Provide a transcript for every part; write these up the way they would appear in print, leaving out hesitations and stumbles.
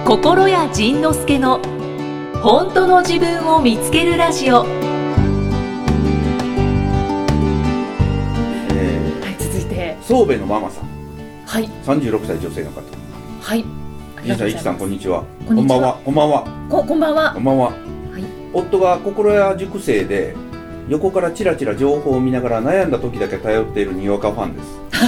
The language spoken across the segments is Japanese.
心谷仁之助の本当の自分を見つけるラジオ。続いて宗部のママさん、 はい、 36歳女性の方。 はい、 じいさん、いきさん、こんにちは。 こんにちは。 こんばんは。 こんばんは。 こんばんは。 はい、 夫が心谷塾生で、横からチラチラ情報を見ながら悩んだ時だけ頼っているにわかファン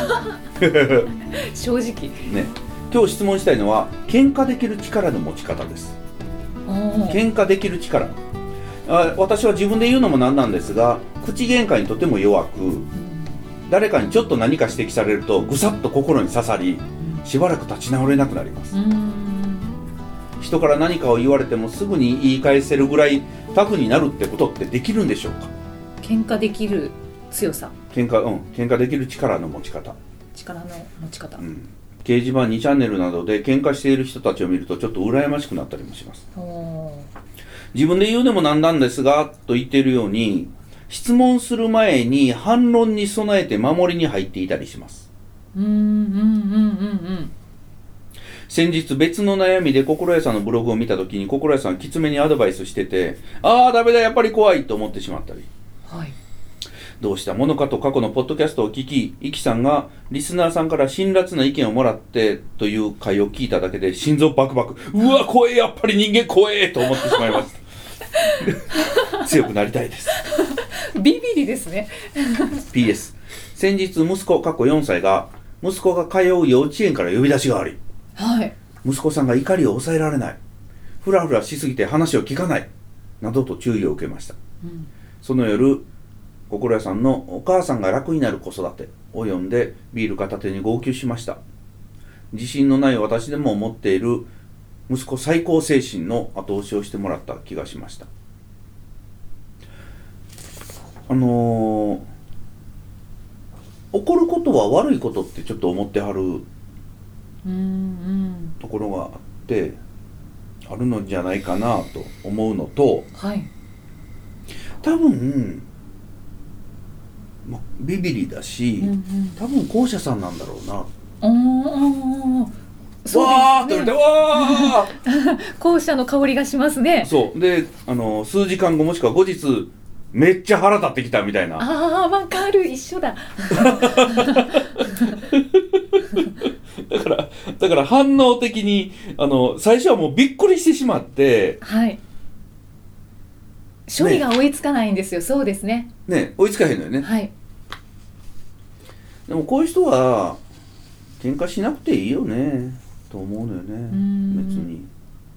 です正直ね。今日質問したいのは喧嘩できる力の持ち方です。喧嘩できる力、私は自分で言うのもなんなんですが、口喧嘩にとても弱く、誰かにちょっと何か指摘されるとぐさっと心に刺さり、しばらく立ち直れなくなります。人から何かを言われてもすぐに言い返せるぐらいタフになるってことってできるんでしょうか。 喧嘩できる強さ、 喧嘩できる力の持ち方、掲示板2チャンネルなどで喧嘩している人たちを見るとちょっと羨ましくなったりもします。自分で言うのもなんなんですがと言っているように、質問する前に反論に備えて守りに入っていたりします。先日別の悩みで心谷さんのブログを見たときに、心谷さんきつめにアドバイスしてて、ダメだ、やっぱり怖いと思ってしまったり、どうしたものかと過去のポッドキャストを聞き、イキさんがリスナーさんから辛辣な意見をもらってという回を聞いただけで心臓バクバク、うわ怖え、やっぱり人間怖えと思ってしまいました強くなりたいです。 ビビリですね。 PS 先日息子4歳が、息子が通う幼稚園から呼び出しがあり、息子さんが怒りを抑えられない、フラフラしすぎて話を聞かないなどと注意を受けました。その夜、心谷さんのお母さんが楽になる子育てを読んでビール片手に号泣しました。自信のない私でも思っている息子最高精神の後押しをしてもらった気がしました。怒ることは悪いことってちょっと思ってはるところがあるのじゃないかなと思うのと、多分ビビリだし、多分校舎さんなんだろうな。 そうですね。わー校舎の香りがしますね。 そうで、数時間後もしくは後日めっちゃ腹立ってきたみたいな。 わかる、一緒だ。 だから反応的に最初はもうびっくりしてしまって、 処理が追いつかないんですよ。そうですね。 追いつかへんのよね。でもこういう人は喧嘩しなくていいよねと思うのよね。別に。い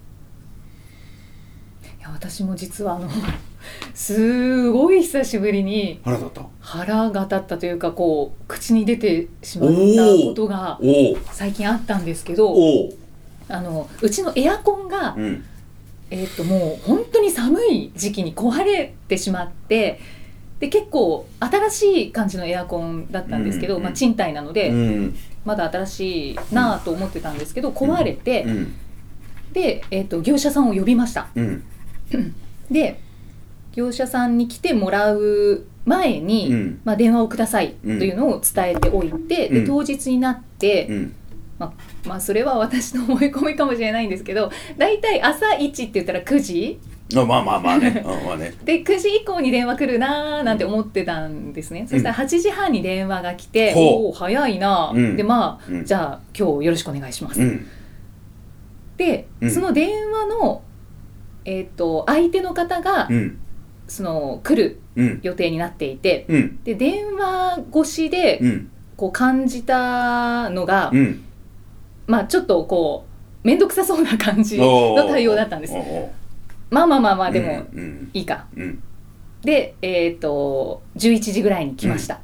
や、私も実はすごい久しぶりに腹が立ったというか、こう口に出てしまったことが最近あったんですけど、うちのエアコンが、もう本当に寒い時期に壊れてしまって、で結構新しい感じのエアコンだったんですけど、賃貸なので、まだ新しいなと思ってたんですけど、壊れて、で、業者さんを呼びました。で業者さんに来てもらう前に、電話をくださいというのを伝えておいて、で当日になって、それは私の思い込みかもしれないんですけど、だいたい朝1って言ったら9時ねで9時以降に電話来るなーなんて思ってたんですね。そしたら8時半に電話が来て、おー早いな、でじゃあ今日よろしくお願いします、で、その電話の相手の方が、来る予定になっていて、で電話越しで、こう感じたのが、ちょっとこう面倒くさそうな感じの対応だったんです。でもいいか、で11時ぐらいに来ました。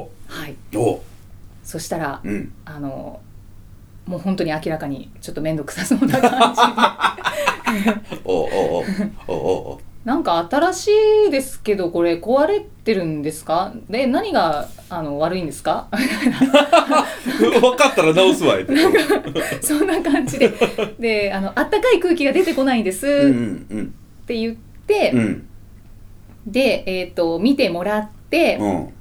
そしたら、もう本当に明らかにちょっと面倒くさそうな感じでなんか新しいですけどこれ壊れてるんですか？で何が悪いんですか？ 分かったら直すわいそんな感じであったかい空気が出てこないんです、って言って、で見てもらって、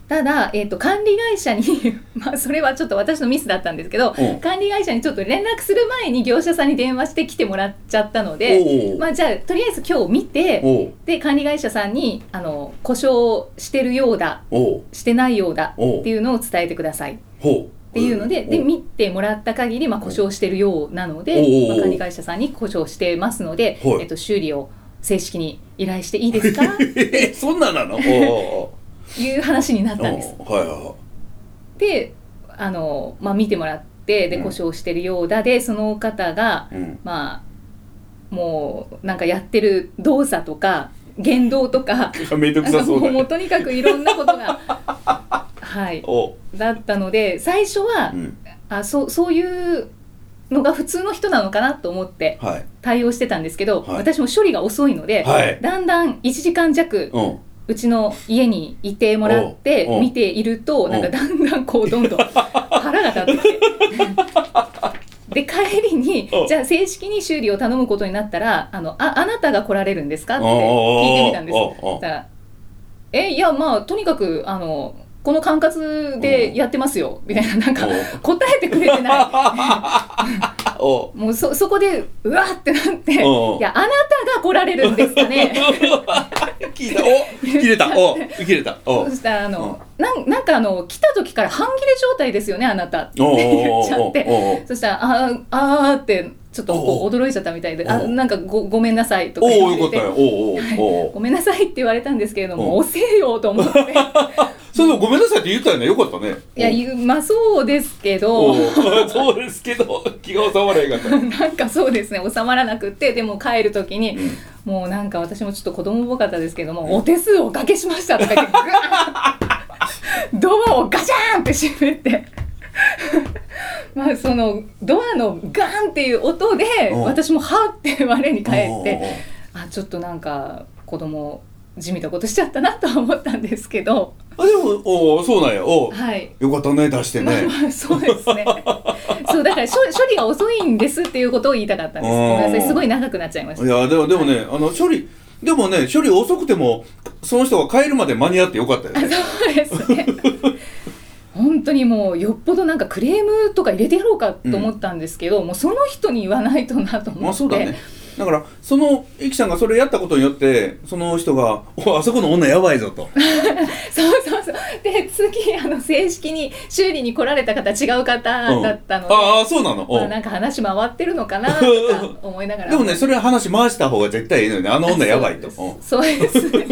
ただ、管理会社にまあそれはちょっと私のミスだったんですけど、管理会社にちょっと連絡する前に業者さんに電話して来てもらっちゃったので、まあ、じゃあとりあえず今日見て、で管理会社さんに故障してるようだしてないようだっていうのを伝えてくださいっていうので、見てもらった限り、まあ、故障してるようなので、まあ、管理会社さんに故障してますので、修理を正式に依頼していいですかそんななのいう話になったんです。でまあ、見てもらってで故障してるようだで、その方が、まあもうなんかやってる動作とか言動とかめんどくさそうだね、 もうとにかくいろんなことがはいだったので、最初は、そういうのが普通の人なのかなと思って対応してたんですけど、私も処理が遅いので、だんだん1時間弱、うちの家にいてもらって見ていると、なんかだんだんこうどんどん腹が立ってきてで帰りにじゃあ正式に修理を頼むことになったらあなたが来られるんですかって聞いてみたんです。そしたらいやまあとにかくこの管轄でやってますよみたいな、なんか答えてくれてないもうそこでうわってなって、いやあなたが来られるんですかね聞いた切れたそしたらなんか来た時から半切れ状態ですよねあなたって言っちゃって、そしたらあーってちょっとこう驚いちゃったみたいで、なんか ごめんなさいとか言われてごめんなさいって言われたんですけれども、遅えよと思ってそれでもごめんなさいって言ったよね、よかったね。 いやまあそうですけどそうですけど気が収まらへんかったなんかそうですね、収まらなくって、でも帰る時に、もうなんか私もちょっと子供っぽかったですけども、お手数おかけしましたとか言ってドアをガシャーンって閉めてまあそのドアのガーンっていう音で私もはって我に返って、ちょっとなんか子供地味なことしちゃったなとは思ったんですけど、 でもそうなんや、よかったね出してね、 まあ、そうですねそうだから処理が遅いんですっていうことを言いたかったんです。ごめんなさい、すごい長くなっちゃいました。 いやでもね、処理遅くてもその人が帰るまで間に合ってよかったよね。 そうですね本当にもうよっぽどなんかクレームとか入れてやろうかと思ったんですけど、もうその人に言わないとなと思って、 そうだね。だからそのイキさんがそれやったことによってその人があそこの女やばいぞとそうで次正式に修理に来られた方違う方だったので、 そうなの、 なんか話回ってるのかなとか思いながらでもね、それは話回した方が絶対いいのよね、あの女やばいと。 そうですね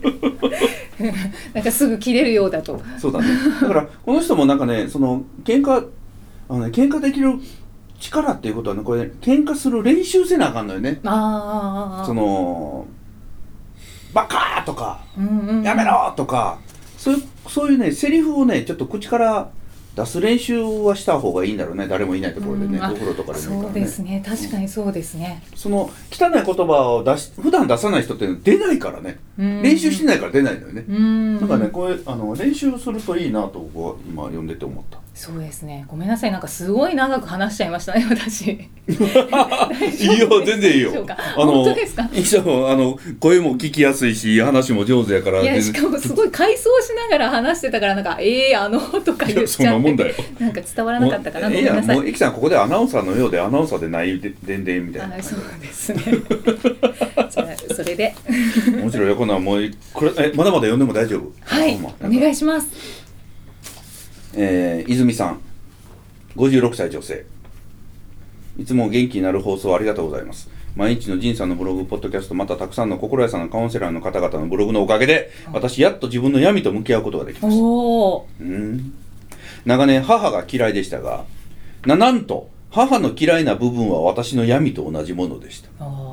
なんかすぐ切れるようだと。 そうだね。だからこの人もなんかね、その喧嘩できる力っていうことはね、これ喧嘩する練習せなあかんのよね。そのバカーとか、やめろとか、そういうねセリフをねちょっと口から出す練習はした方がいいんだろうね、誰もいないところでね、お風呂とかでもいいからね。 そうですね、確かにそうですね。 その汚い言葉を普段出さない人って出ないからね、練習してないから出ないのよね。だからね、これ練習するといいなと僕は今読んでて思った。 そうですね、ごめんなさい、なんかすごい長く話しちゃいましたね私いいよ、全然いいよ。 本当ですか？ 声も聞きやすいし話も上手やから。 いやしかもすごい回想しながら話してたから、なんかとか言っちゃって、 そんなもんだよ。 なんか伝わらなかったかな。ごめんなさい。 もうイキさんここでアナウンサーのようでアナウンサーでないでんでんみたいな。 そうですねじゃあそれで面白いよ。こんなんもうこれまだまだ読んでも大丈夫？ はい、お願いします。 泉さん、56歳女性。いつも元気になる放送ありがとうございます。毎日の仁さんのブログ、ポッドキャスト、またたくさんの心屋さんのカウンセラーの方々のブログのおかげで、私やっと自分の闇と向き合うことができました。長年母が嫌いでしたが、なんと母の嫌いな部分は私の闇と同じものでした。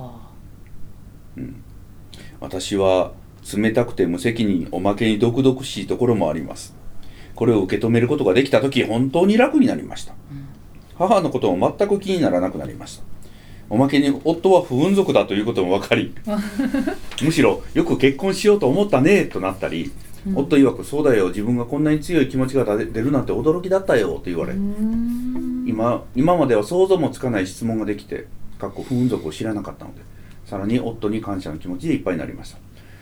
私は冷たくて無責任、おまけに毒々しいところもあります。これを受け止めることができたとき、本当に楽になりました。母のことも全く気にならなくなりました。おまけに夫は不運族だということも分かりむしろよく結婚しようと思ったねとなったり、夫曰くそうだよ、自分がこんなに強い気持ちが出るなんて驚きだったよと言われ、今までは想像もつかない質問ができて、不運族を知らなかったので、さらに夫に感謝の気持ちでいっぱいになりました。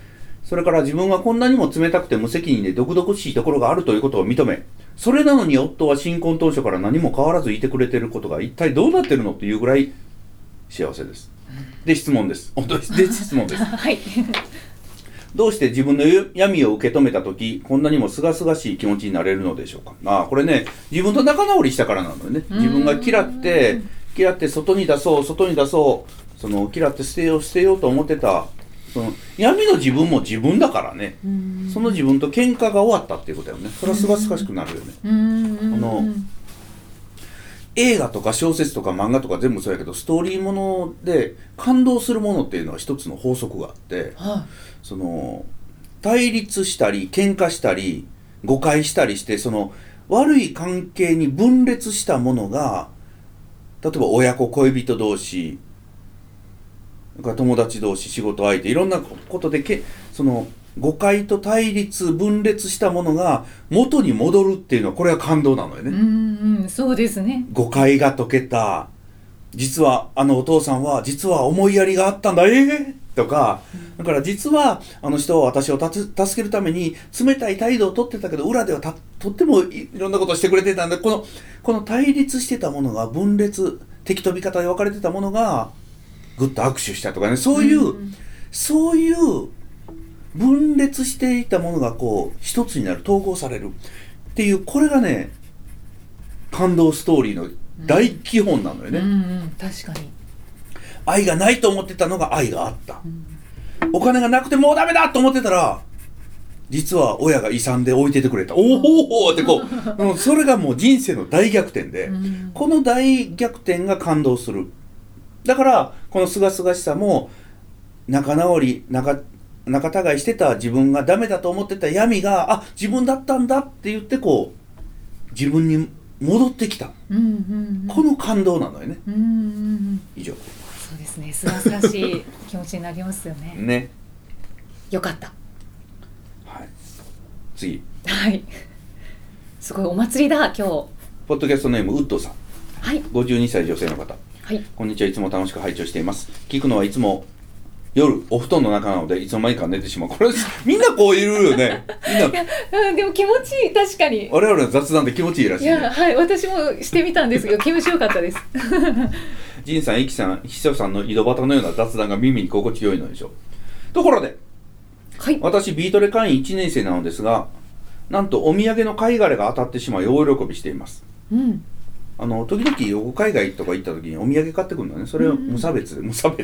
それから自分はこんなにも冷たくて無責任で毒々しいところがあるということを認め、それなのに夫は新婚当初から何も変わらずいてくれていることが一体どうなってるのというぐらい幸せです。で質問です。本当です。で質問です。 はい。 どうして自分の闇を受け止めたとき、こんなにも清々しい気持ちになれるのでしょうか。これね、自分と仲直りしたからなのよね。自分が嫌って外に出そう、その嫌って捨てようと思ってた、その闇の自分も自分だからね。その自分と喧嘩が終わったっていうことだよね。それは清々しくなるよね。映画とか小説とか漫画とか全部そうやけど、ストーリーもので感動するものっていうのは一つの法則があって、その対立したり喧嘩したり誤解したりして、その悪い関係に分裂したものが、例えば親子恋人同士、友達同士、仕事相手、いろんなことでその誤解と対立分裂したものが元に戻るっていうのは、これは感動なのよね。 そうですね。 誤解が解けた、実はお父さんは実は思いやりがあったんだ、とか、だから実は人は私を助けるために冷たい態度をとってたけど、裏ではとってもいろんなことをしてくれてたんで、この対立してたものが分裂、敵と味方で分かれてたものがぐっと握手したとかね、そういう分裂していたものがこう一つになる、統合されるっていう、これがね、感動ストーリーの大基本なのよね。 確かに。 愛がないと思ってたのが愛があった。お金がなくてもうダメだと思ってたら、実は親が遺産で置いててくれた。おおってこう、それがもう人生の大逆転で、この大逆転が感動する。だからこの清々しさも、仲違いしてた自分がダメだと思ってた闇が、自分だったんだって言ってこう自分に戻ってきた、この感動なのよね。以上。 そうですね、すがすがしい気持ちになりますよね。 ね。 よかった。 はい。次。 はい。すごいお祭りだ今日。 ポッドキャストネームウッドさん。 はい。 52歳女性の方。 はい。 こんにちは。いつも楽しく拝聴しています。聞くのはいつも夜お布団の中なので、いつの間にか寝てしまう。これみんなこういるよね。みんな。 いや、でも気持ちいい、確かに。 我々の雑談で気持ちいいらしい、ね。 いや、はい、私もしてみたんですけど気持ちよかったです。 仁さん、イキさん、秘書さんの井戸端のような雑談が耳に心地よいのでしょう。ところで、 はい、 私ビートレ会員1年生なのですが、なんとお土産の貝殻が当たってしまい大喜びしています。時々海外とか行った時にお土産買ってくるのね。それを無差別プレゼントするん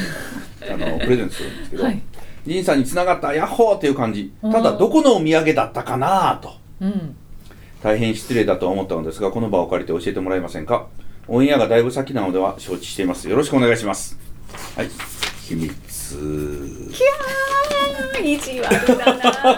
ですけど、仁さんに繋がったヤッホーっていう感じ。ただどこのお土産だったかなと、大変失礼だと思ったのですが、この場を借りて教えてもらえませんか。オンエアがだいぶ先なのでは承知しています。よろしくお願いします。はい。秘密。 意地悪だ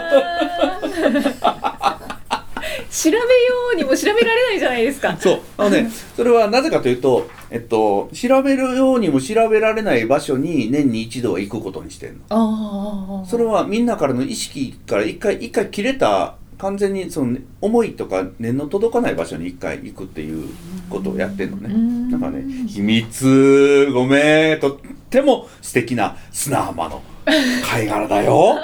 な。調べようにも調べられないじゃないですか。 そうそれはなぜかというと、調べるようにも調べられない場所に年に一度は行くことにしてるの。それはみんなからの意識から一回切れた、完全にその思いとか念の届かない場所に一回行くっていうことをやってるのね。だからね、秘密、ごめん、とっても素敵な砂浜の貝殻だよ。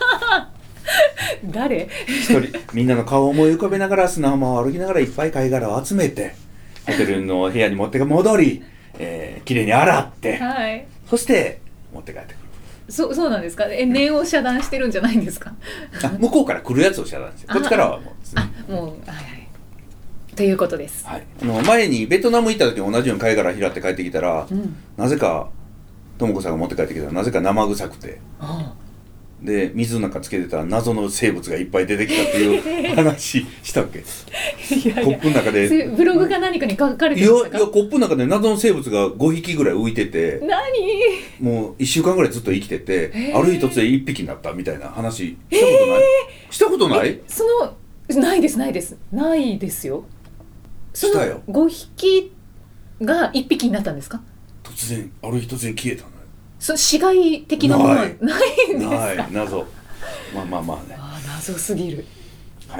誰？ 一人みんなの顔を思い浮かべながら砂浜を歩きながらいっぱい貝殻を集めて、ホテルの部屋に持って戻り、きれいに洗って、そして持って帰ってくる。 そうなんですか。念を遮断してるんじゃないんですか。 向こうから来るやつを遮断して、こっちからはもうもうということです。 はい。前にベトナム行った時に同じように貝殻拾って帰ってきたら、なぜかとも子さんが持って帰ってきたらなぜか生臭くて。で水の中つけてたら謎の生物がいっぱい出てきたっていう話したっけ。コップの中でブログか何かに書かれてましたか。 いやコップの中で謎の生物が5匹ぐらい浮いてて、もう1週間ぐらいずっと生きてて、ある日突然1匹になったみたいな話したことない？ ないですよ。 したよ。 5匹が1匹になったんですか？ ある日突然消えたの。 死骸的なものはないんですか？ ない、謎。まあね。 謎すぎる。 はい。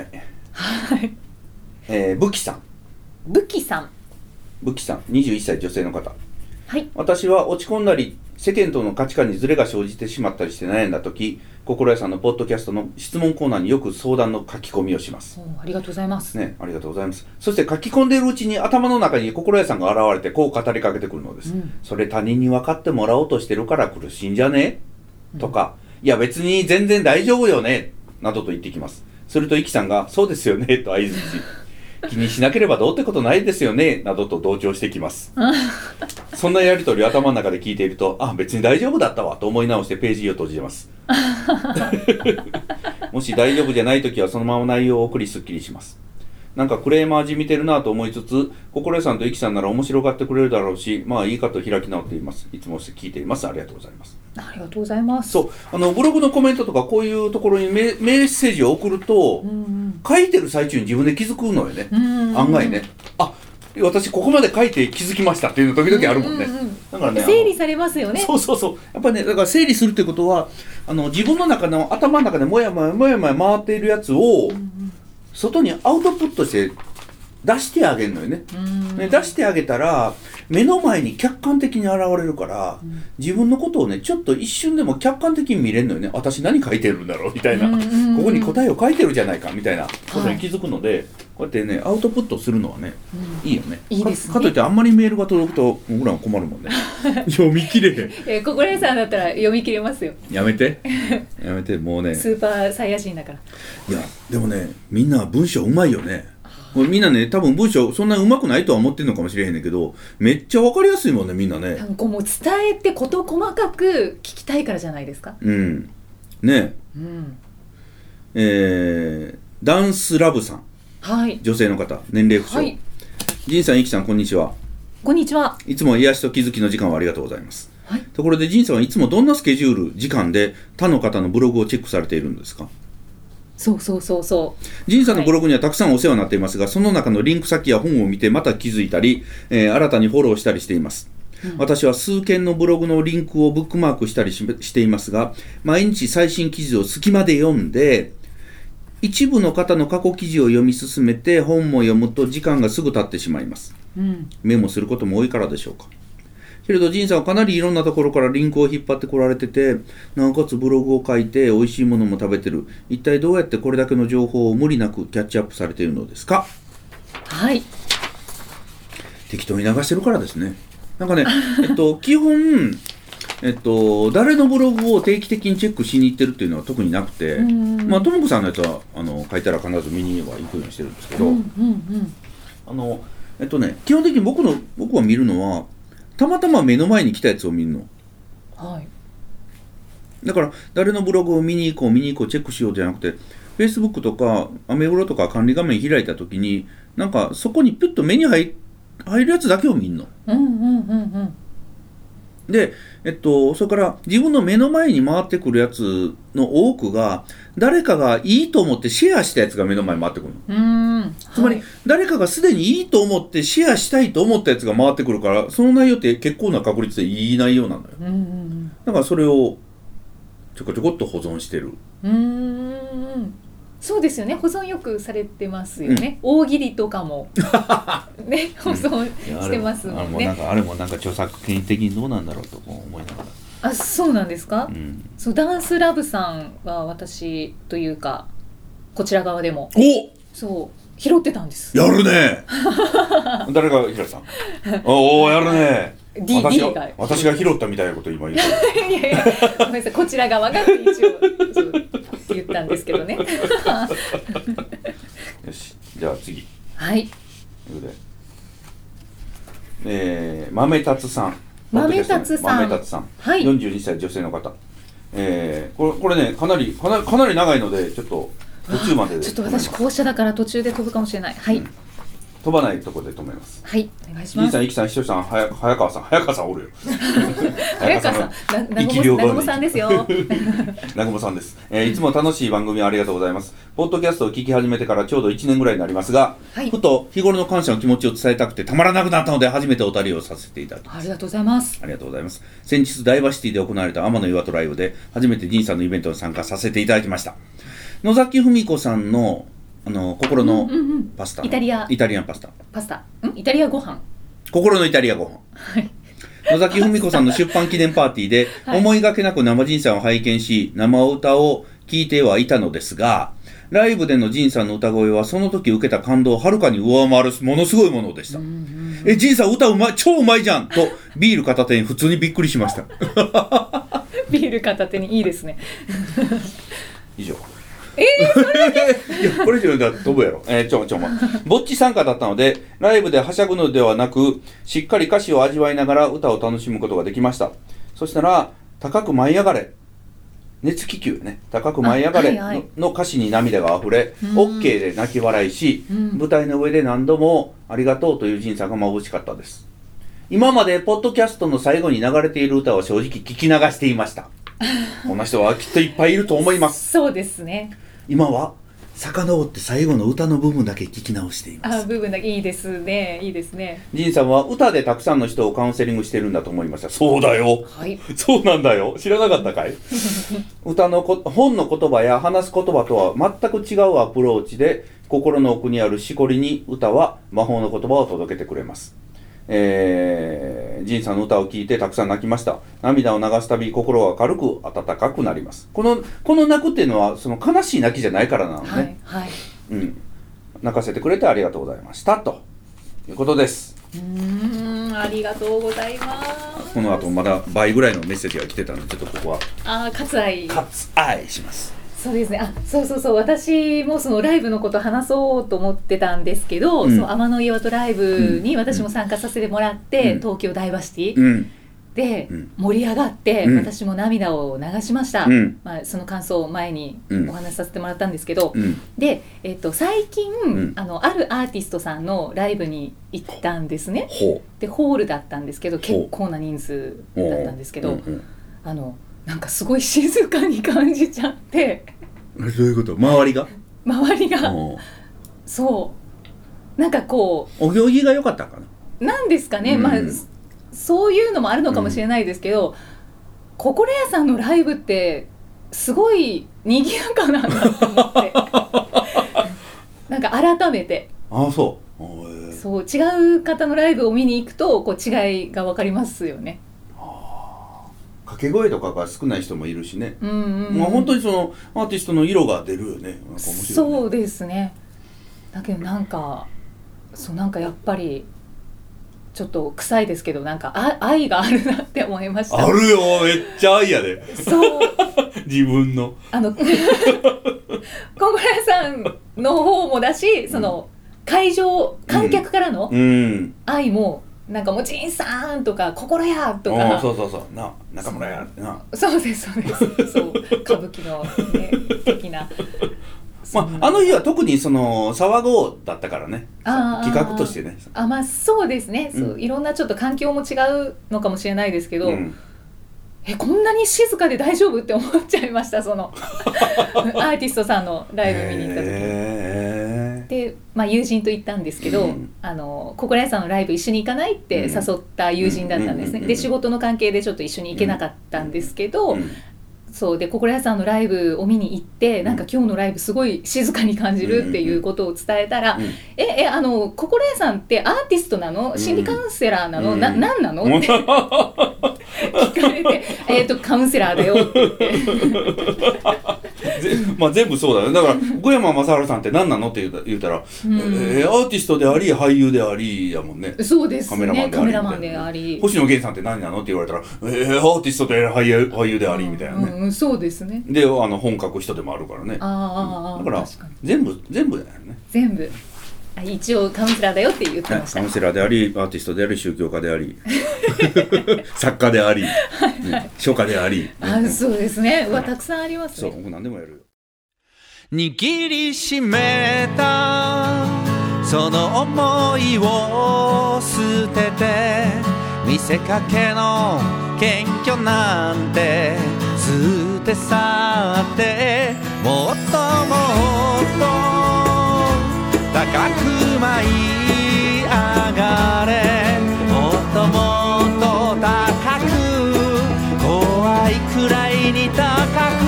武器さん、21歳女性の方。 はい。 私は落ち込んだり世間との価値観にズレが生じてしまったりして悩んだ時、心屋さんのポッドキャストの質問コーナーによく相談の書き込みをします。 ありがとうございます。 ね、ありがとうございます。そして書き込んでいるうちに頭の中に心屋さんが現れてこう語りかけてくるのです。それ他人に分かってもらおうとしてるから苦しいんじゃねとか、いや別に全然大丈夫よねなどと言ってきます。するとイキさんがそうですよねと相づち。気にしなければどうってことないですよねなどと同調してきます。そんなやり取りを頭の中で聞いていると、別に大丈夫だったわと思い直してページを閉じます。もし大丈夫じゃないときはそのまま内容を送りすっきりします。なんかクレーマーじみてるなと思いつつ、心屋さんとイキさんなら面白がってくれるだろうし、いいかと開き直っています。いつも聞いています。ありがとうございます。 ありがとうございます。 そう、ブログのコメントとかこういうところにメッセージを送ると、書いてる最中に自分で気づくのよね。案外ね。私ここまで書いて気づきましたっていうの時々あるもんね。 だからね、整理されますよね。 そうやっぱりね、だから整理するってことは自分の中の頭の中でもやもや回っているやつを、外にアウトプットして出してあげるのよね。出してあげたら目の前に客観的に現れるから、自分のことをねちょっと一瞬でも客観的に見れるのよね。私何書いてるんだろうみたいな、ここに答えを書いてるじゃないかみたいなことに気づくので、こうやってねアウトプットするのはね、いいよね。 いいですね。 かといってあんまりメールが届くと僕らも困るもんね。読み切れへん。 心屋さんだったら読み切れますよ。 やめてもうね、 スーパーサイヤ人だから。 いやでもね、みんな文章うまいよね。みんなね、多分文章そんなに上手くないとは思ってるのかもしれへんねんけど、めっちゃ分かりやすいもんね、みんなね。 こうもう伝えて事細かく聞きたいからじゃないですか。 ねダンスラブさん、女性の方、年齢不詳、ジンさん、イキさん、こんにちは。 こんにちは。 いつも癒しと気づきの時間をありがとうございます。ところでジンさんはいつもどんなスケジュール時間で他の方のブログをチェックされているんですか？ そうジンさんのブログにはたくさんお世話になっていますが、その中のリンク先や本を見てまた気づいたり、新たにフォローしたりしています。私は数件のブログのリンクをブックマークしたりしていますが、毎日最新記事を隙間で読んで、一部の方の過去記事を読み進めて本も読むと時間がすぐ経ってしまいます。メモすることも多いからでしょうか。けれどジンさんはかなりいろんなところからリンクを引っ張ってこられてて、なおかつブログを書いて美味しいものも食べてる。一体どうやってこれだけの情報を無理なくキャッチアップされているのですか？適当に流してるからですね。なんかね基本誰のブログを定期的にチェックしに行ってるっていうのは特になくて、ともこさんのやつは書いたら必ず見には行くようにしてるんですけど、基本的に僕は見るのはたまたま目の前に来たやつを見るの。だから誰のブログを見に行こうチェックしようじゃなくて、Facebook とかアメブロとか管理画面開いた時になんかそこにピュッと目に入るやつだけを見るの。で、それから自分の目の前に回ってくるやつの多くが誰かがいいと思ってシェアしたやつが目の前に回ってくるの。つまり誰かがすでにいいと思ってシェアしたいと思ったやつが回ってくるから、その内容って結構な確率でいい内容なんだよ。だからそれをちょこちょこっと保存してる。 そうですよね。保存よくされてますよね。大喜利とかもね、保存してますもんね。 あれもなんか著作権的にどうなんだろうと思いながら。 そうなんですか？そう、ダンスラブさんは私というかこちら側でもそう拾ってたんです。 やるね。誰が拾ったの？おー、やるね。私が拾ったみたいなこと今言う。 いやごめんなさい、こちら側が一応言ったんですけどね。よし、じゃあ次。豆達さん。 豆達さん、 42歳女性の方。これねかなり長いのでちょっと途中までで。 ちょっと私後者だから途中で飛ぶかもしれない。 飛ばないところで止めます。 お願いします。 じいさん、いきさん、ひとりさん、早川さんおるよ。 早川さん、南雲さんですよ。 南雲さんです。いつも楽しい番組ありがとうございます。ポッドキャストを聞き始めてからちょうど1年ぐらいになりますが、ふと日頃の感謝の気持ちを伝えたくてたまらなくなったので初めてお便りをさせていただきます。 ありがとうございます。 ありがとうございます。先日ダイバーシティで行われた天の岩戸ライブで初めてジンさんのイベントに参加させていただきました。野崎文子さんの心のパスタ、イタリアンパスタ、 イタリアご飯、 心のイタリアご飯、 野崎文子さんの出版記念パーティーで、はい、思いがけなく生仁さんを拝見し、生歌を聴いてはいたのですが、ライブでの仁さんの歌声はその時受けた感動をはるかに上回るものすごいものでした。仁さん歌うまい、超うまいじゃんとビール片手に普通にびっくりしました。 ビール片手にいいですね。 以上。 それだけいやこれ以上だと飛ぶやろ。ぼっち参加だったのでライブではしゃぐのではなく、しっかり歌詞を味わいながら歌を楽しむことができました。そしたら高く舞い上がれ、熱気球ね、高く舞い上がれ の歌詞に涙があふれ、OK で泣き笑いし、舞台の上で何度もありがとうという仁さんが眩しかったです。今までポッドキャストの最後に流れている歌は正直聞き流していました。こんな人はきっといっぱいいると思います。 そうですね。 今は遡って最後の歌の部分だけ聞き直しています。 部分だけいいですね、いいですね。 仁さんは歌でたくさんの人をカウンセリングしてるんだと思いました。そうだよ、はい、そうなんだよ、知らなかったかい。本の言葉や話す言葉とは全く違うアプローチで、心の奥にあるしこりに歌は魔法の言葉を届けてくれます。仁さんの歌を聴いてたくさん泣きました。涙を流すたび心が軽く温かくなります。この泣くっていうのはその悲しい泣きじゃないからなのね、はいはい、泣かせてくれてありがとうございましたということです。 ありがとうございます。 この後まだ倍ぐらいのメッセージが来てたので、ちょっとここは割愛します。 そうですね。そう私もそのライブのこと話そうと思ってたんですけど、その天の岩戸ライブに私も参加させてもらって、東京ダイバーシティ、で盛り上がって、私も涙を流しました。その感想を前にお話しさせてもらったんですけど、で、最近、あるアーティストさんのライブに行ったんですね。でホールだったんですけど、結構な人数だったんですけど、なんかすごい静かに感じちゃって。 どういうこと？周りがそうなんかこうお行儀が良かったかな、なんですかね、そういうのもあるのかもしれないですけど、心屋さんのライブってすごい賑やかなんだと思ってなんか改めてそう違う方のライブを見に行くとこう違いが分かりますよね。 掛け声とかが少ない人もいるしね、本当にそのアーティストの色が出るよね。なんか面白いね。 そうですね。だけどなんかやっぱりちょっと臭いですけど、なんか愛があるなって思いました。 あるよ、めっちゃ愛やで。そう自分の小倉さんの方もだし、その会場観客からの愛もなんかもちんさんとか心やとか、 そうな中村やってな、 そうですそう歌舞伎のね的なあの日は特にその騒ごうだったからね、企画としてね。 そうですね、いろんなちょっと環境も違うのかもしれないですけど、こんなに静かで大丈夫って思っちゃいました。そのアーティストさんのライブ見に行った時で、友人と行ったんですけど、心屋さんのライブ一緒に行かないって誘った友人だったんですね。で仕事の関係でちょっと一緒に行けなかったんですけど、そうで心屋さんのライブを見に行って、なんか今日のライブすごい静かに感じるっていうことを伝えたら、心屋さんってアーティストなの？心理カウンセラーなの？なんなの？って聞かれて、カウンセラーだよって言って全部そうだよ。だから小山雅治さんって何なのって言ったら、アーティストであり俳優でありやもんね。 そうですね、カメラマンであり。 星野源さんって何なのって言われたら、アーティストで俳優でありみたいなね。 そうですね。 で本書く人でもあるからね。だから全部だよね。 全部一応カウンセラーだよって言ってました。 カウンセラーであり、アーティストであり、宗教家であり作家であり、書家であり。 そうですね。たくさんありますね。 そう、僕何でもやるよ。握りしめたその思いを捨てて、見せかけの謙虚なんて捨て去って、もっともっと高く舞い上がれ、もっともっと高く、怖いくらいに高く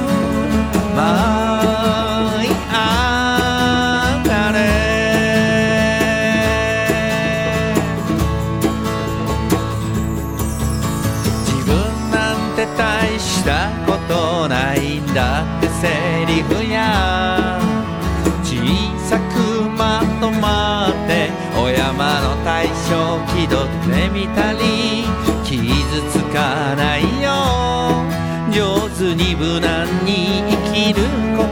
舞い上がれ。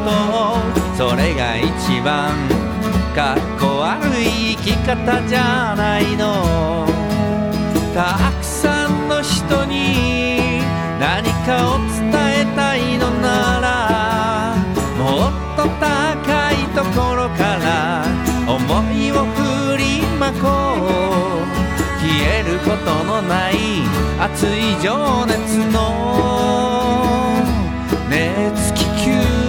それが一番かっこ悪い生き方じゃないの。たくさんの人に何かを伝えたいのなら、もっと高いところから思いを振りまこう。消えることのない熱い情熱の熱気球。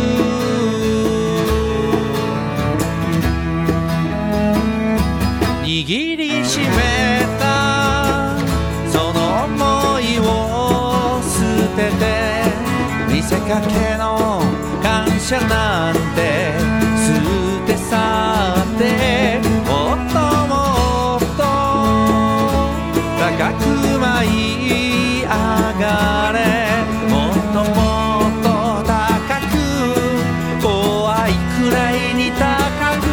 握りしめたその想いを捨てて、見せかけの感謝なんて捨て去って、もっともっと高く舞い上がれ。もっともっと高く、怖いくらいに高く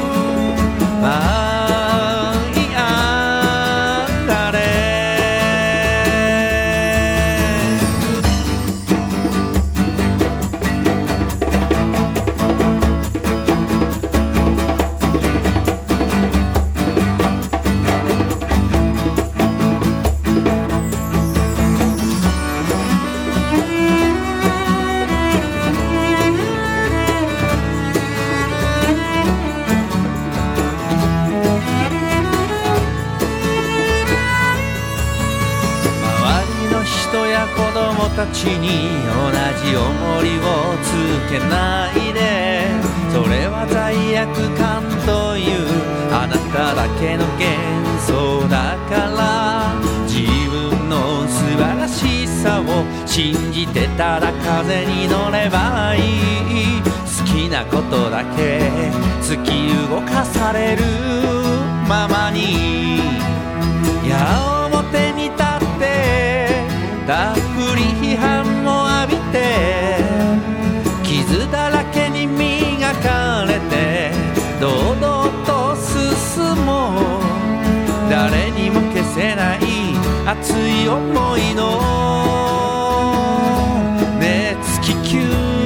舞い上がれ。たちに同じ重りをつけないで。それは罪悪感というあなただけの幻想だから、自分の素晴らしさを信じてたら風に乗ればいい。好きなことだけ突き動かされるままに、矢面に立ってたっぷり批判も浴びて、傷だらけに磨かれて堂々と進もう。誰にも消せない熱い思いの熱気球。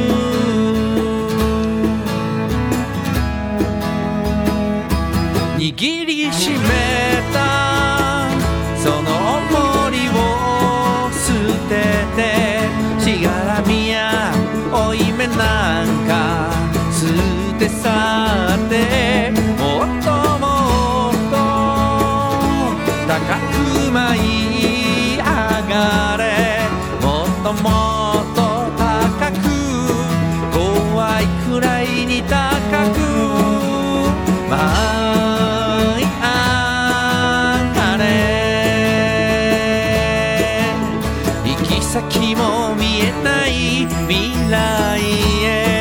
握りしめたその重りを捨てて、しがらみや負い目なんか捨て去って、もっともっと高く舞い上がれ。もっともっと高く、怖いくらいに高く舞い上がれ。行き先も見えない未来へ。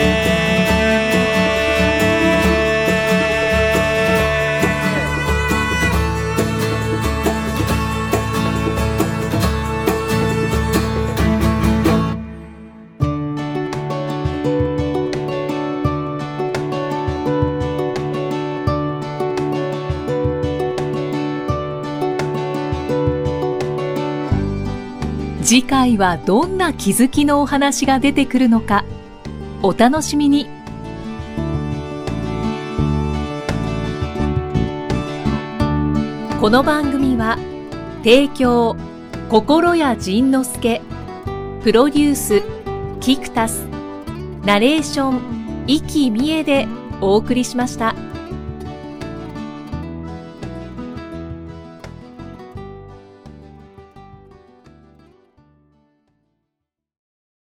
次回はどんな気づきのお話が出てくるのか、お楽しみに。この番組は提供心谷仁之助、プロデュースキクタス、ナレーション生きみえでお送りしました。